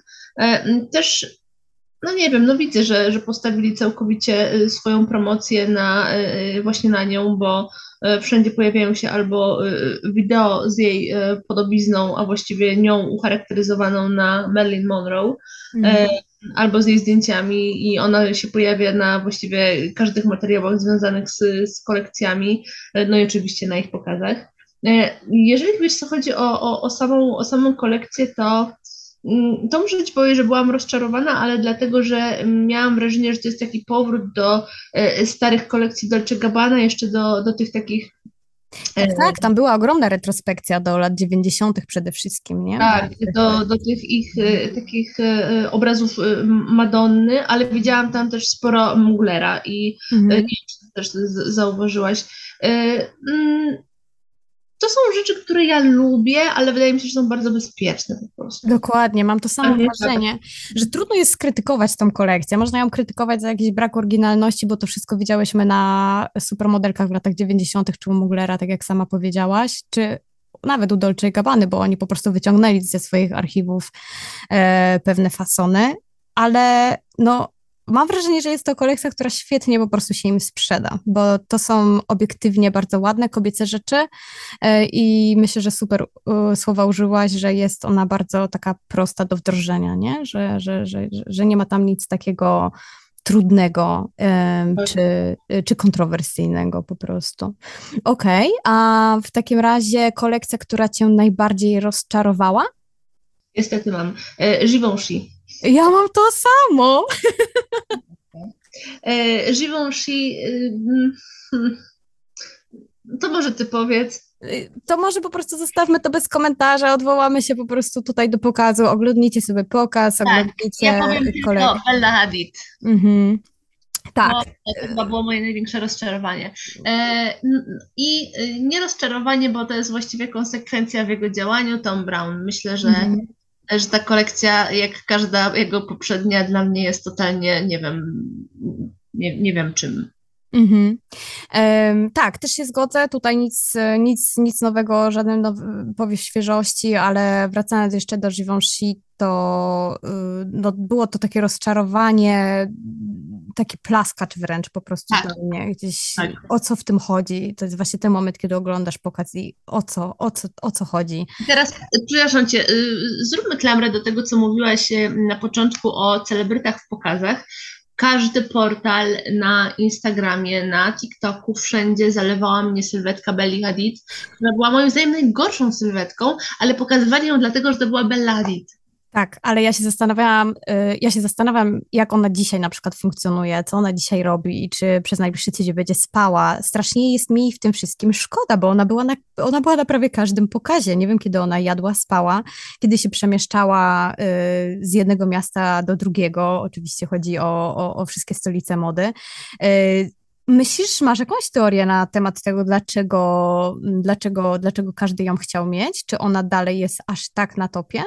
też no nie wiem, no widzę, że, że postawili całkowicie swoją promocję na, właśnie na nią, bo wszędzie pojawiają się albo wideo z jej podobizną, a właściwie nią ucharakteryzowaną na Marilyn Monroe, mm. albo z jej zdjęciami i ona się pojawia na właściwie każdych materiałach związanych z, z kolekcjami, no i oczywiście na ich pokazach. Jeżeli wiesz, co chodzi o, o, o, samą, o samą kolekcję, to to muszę Ci powiedzieć, że byłam rozczarowana, ale dlatego, że miałam wrażenie, że to jest taki powrót do e, starych kolekcji Dolce Gabbana, jeszcze do, do tych takich... Tak, e, tak, tam była ogromna retrospekcja do lat dziewięćdziesiątych przede wszystkim, nie? Tak, do, do tych ich e, takich e, obrazów e, Madonny, ale widziałam tam też sporo Muglera i mhm. e, też z, zauważyłaś. E, mm, To są rzeczy, które ja lubię, ale wydaje mi się, że są bardzo bezpieczne po prostu. Dokładnie, mam to samo wrażenie, że trudno jest skrytykować tą kolekcję. Można ją krytykować za jakiś brak oryginalności, bo to wszystko widziałyśmy na supermodelkach w latach dziewięćdziesiątych, czy u Muglera, tak jak sama powiedziałaś, czy nawet u Dolce i Gabbany, bo oni po prostu wyciągnęli ze swoich archiwów e, pewne fasony, ale no mam wrażenie, że jest to kolekcja, która świetnie po prostu się im sprzeda, bo to są obiektywnie bardzo ładne kobiece rzeczy i myślę, że super słowa użyłaś, że jest ona bardzo taka prosta do wdrożenia, nie? Że, że, że, że nie ma tam nic takiego trudnego czy, czy kontrowersyjnego po prostu. Okej, okay, a w takim razie kolekcja, która cię najbardziej rozczarowała? Niestety mam. Givenchy. Ja mam to samo. Givenchy, To może ty powiedz. To może po prostu zostawmy to bez komentarza, odwołamy się po prostu tutaj do pokazu, oglądnijcie sobie pokaz, Tak, oglądnijcie ja powiem kolegę. tylko Bella Hadid. Mhm. Tak. Bo to chyba było moje największe rozczarowanie. E, I nie rozczarowanie, bo to jest właściwie konsekwencja w jego działaniu, Tom Brown. Myślę, że, Mhm. że ta kolekcja, jak każda jego poprzednia, dla mnie jest totalnie, nie wiem, nie, nie wiem czym. Mhm. Um, tak, też się zgodzę, tutaj nic, nic, nic nowego, żaden nowy powiew świeżości, ale wracając jeszcze do Givenchy, to y, no, było to takie rozczarowanie, taki plaskacz wręcz po prostu Tak. dla mnie, gdzieś Tak. o co w tym chodzi, to jest właśnie ten moment, kiedy oglądasz pokaz i o co, o co, o co chodzi. I teraz, przepraszam cię, zróbmy klamrę do tego, co mówiłaś na początku o celebrytach w pokazach. Każdy portal na Instagramie, na TikToku, wszędzie zalewała mnie sylwetka Belli Hadid, która była moim zdaniem najgorszą sylwetką, ale pokazywali ją dlatego, że to była Bella Hadid. Tak, ale ja się zastanawiałam, ja się zastanawiam, jak ona dzisiaj na przykład funkcjonuje, co ona dzisiaj robi i czy przez najbliższy tydzień będzie spała. Strasznie jest mi w tym wszystkim szkoda, bo ona była na, ona była na prawie każdym pokazie. Nie wiem, kiedy ona jadła, spała, kiedy się przemieszczała z jednego miasta do drugiego. Oczywiście chodzi o, o, o wszystkie stolice mody. Myślisz, masz jakąś teorię na temat tego, dlaczego, dlaczego, dlaczego każdy ją chciał mieć? Czy ona dalej jest aż tak na topie?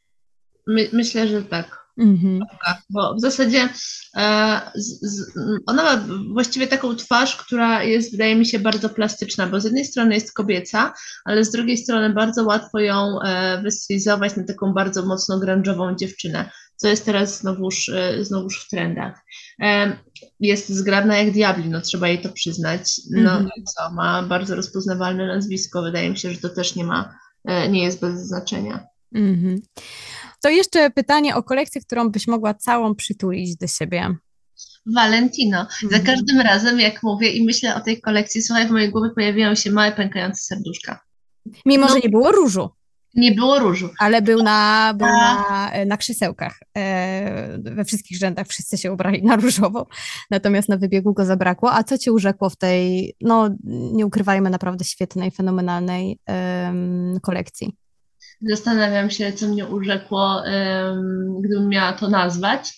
My, myślę, że tak. Mhm. Bo w zasadzie e, z, z, ona ma właściwie taką twarz, która jest, wydaje mi się, bardzo plastyczna, bo z jednej strony jest kobieca, ale z drugiej strony bardzo łatwo ją e, wystylizować na taką bardzo mocno grunge'ową dziewczynę, co jest teraz znowuż, e, znowuż w trendach. E, jest zgrabna jak diabli, no trzeba jej to przyznać. No mm-hmm. co, ma bardzo rozpoznawalne nazwisko, wydaje mi się, że to też nie ma, e, nie jest bez znaczenia. Mm-hmm. To jeszcze pytanie o kolekcję, którą byś mogła całą przytulić do siebie. Valentino. Mm. Za każdym razem, jak mówię i myślę o tej kolekcji, słuchaj, w mojej głowie pojawiają się małe, pękające serduszka. Mimo, no, że nie było różu. Nie było różu. Ale był na, był na, na krzesełkach. E, we wszystkich rzędach wszyscy się ubrali na różowo, natomiast na wybiegu go zabrakło. A co cię urzekło w tej, no nie ukrywajmy, naprawdę świetnej, fenomenalnej um, kolekcji? Zastanawiam się, co mnie urzekło, gdybym miała to nazwać.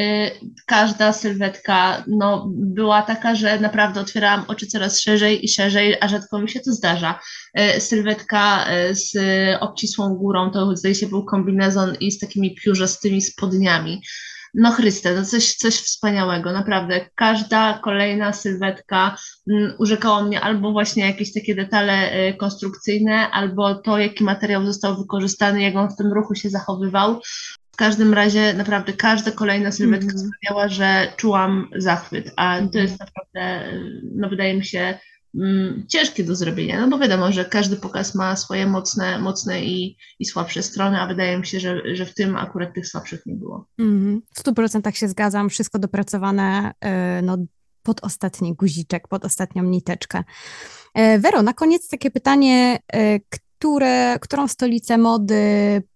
Każda sylwetka no, była taka, że naprawdę otwierałam oczy coraz szerzej i szerzej, a rzadko mi się to zdarza. Sylwetka z obcisłą górą, to zdaje się był kombinezon i z takimi piórzastymi spodniami. No Chryste, to coś, coś wspaniałego, naprawdę. Każda kolejna sylwetka um, urzekała mnie albo właśnie jakieś takie detale y, konstrukcyjne, albo to, jaki materiał został wykorzystany, jak on w tym ruchu się zachowywał. W każdym razie naprawdę każda kolejna sylwetka mm. sprawiała, że czułam zachwyt, a mm. to jest naprawdę, no wydaje mi się, mm, ciężkie do zrobienia, no bo wiadomo, że każdy pokaz ma swoje mocne, mocne i, i słabsze strony, a wydaje mi się, że, że w tym akurat tych słabszych nie było. Mm. W stu procentach się zgadzam, wszystko dopracowane no, pod ostatni guziczek, pod ostatnią niteczkę. Wero, na koniec takie pytanie, które, którą stolicę mody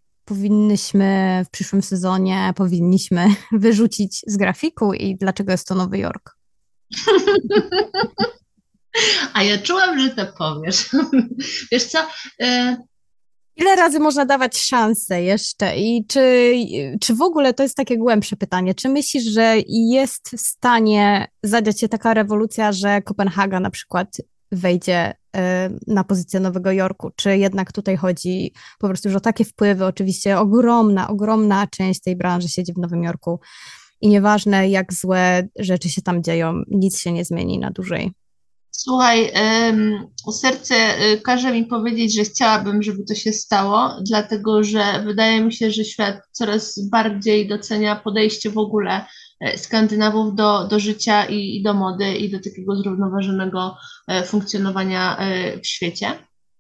powinnyśmy w przyszłym sezonie, powinniśmy wyrzucić z grafiku i dlaczego jest to Nowy Jork? A ja czułam, że to powiesz. Wiesz co? Y- Ile razy można dawać szansę jeszcze i czy, czy w ogóle, to jest takie głębsze pytanie, czy myślisz, że jest w stanie zadziać się taka rewolucja, że Kopenhaga na przykład wejdzie na pozycję Nowego Jorku, czy jednak tutaj chodzi po prostu już o takie wpływy, oczywiście ogromna, ogromna część tej branży siedzi w Nowym Jorku i nieważne jak złe rzeczy się tam dzieją, nic się nie zmieni na dłużej. Słuchaj, um, serce każe mi powiedzieć, że chciałabym, żeby to się stało, dlatego że wydaje mi się, że świat coraz bardziej docenia podejście w ogóle Skandynawów do, do życia i, i do mody i do takiego zrównoważonego funkcjonowania w świecie.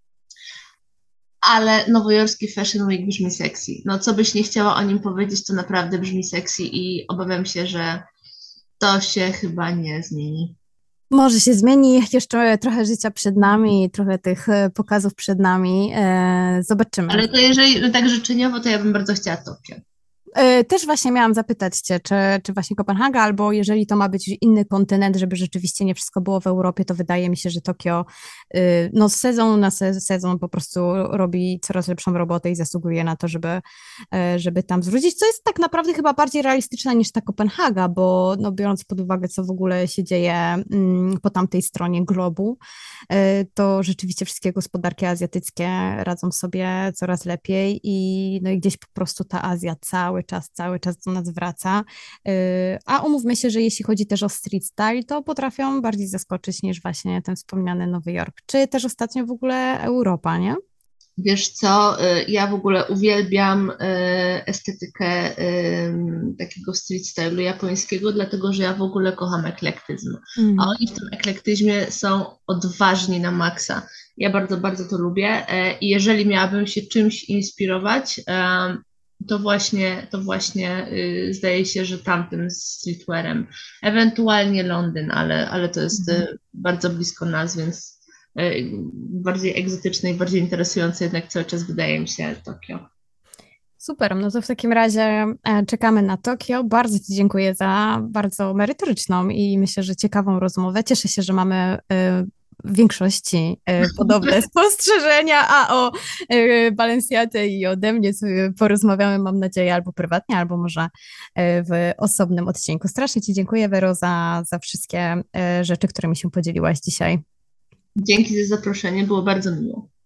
Ale nowojorski Fashion Week brzmi sexy. No co byś nie chciała o nim powiedzieć, to naprawdę brzmi sexy i obawiam się, że to się chyba nie zmieni. Może się zmieni, jeszcze trochę życia przed nami, trochę tych pokazów przed nami. Zobaczymy. Ale to jeżeli tak życzeniowo, to ja bym bardzo chciała Tokio. y, też właśnie miałam zapytać Cię, czy, czy właśnie Kopenhaga, albo jeżeli to ma być inny kontynent, żeby rzeczywiście nie wszystko było w Europie, to wydaje mi się, że Tokio y, no z sezonu na se- sezon po prostu robi coraz lepszą robotę i zasługuje na to, żeby, y, żeby tam zwrócić, co jest tak naprawdę chyba bardziej realistyczne niż ta Kopenhaga, bo no, biorąc pod uwagę, co w ogóle się dzieje mm, po tamtej stronie globu, y, to rzeczywiście wszystkie gospodarki azjatyckie radzą sobie coraz lepiej i, no i gdzieś po prostu ta Azja cały czas, cały czas do nas wraca. Yy, A umówmy się, że jeśli chodzi też o street style, to potrafią bardziej zaskoczyć niż właśnie ten wspomniany Nowy Jork, czy też ostatnio w ogóle Europa, nie? Wiesz co, y, ja w ogóle uwielbiam y, estetykę y, takiego street stylu japońskiego, dlatego że ja w ogóle kocham eklektyzm. A Mhm. oni w tym eklektyzmie są odważni na maksa. Ja bardzo, bardzo to lubię e, i jeżeli miałabym się czymś inspirować, em, to właśnie, to właśnie y, zdaje się, że tamtym streetwearem. Ewentualnie Londyn, ale, ale to jest Mhm. y, bardzo blisko nas, więc e, bardziej egzotyczne i bardziej interesujące jednak cały czas wydaje mi się Tokio. Super, no to w takim razie e, czekamy na Tokio. Bardzo Ci dziękuję za bardzo merytoryczną i myślę, że ciekawą rozmowę. Cieszę się, że mamy e, w większości e, podobne spostrzeżenia, a o e, Balenciadze i ode mnie sobie porozmawiamy, mam nadzieję, albo prywatnie, albo może e, w osobnym odcinku. Strasznie Ci dziękuję, Wero, za, za wszystkie e, rzeczy, którymi się podzieliłaś dzisiaj. Dzięki za zaproszenie, było bardzo miło.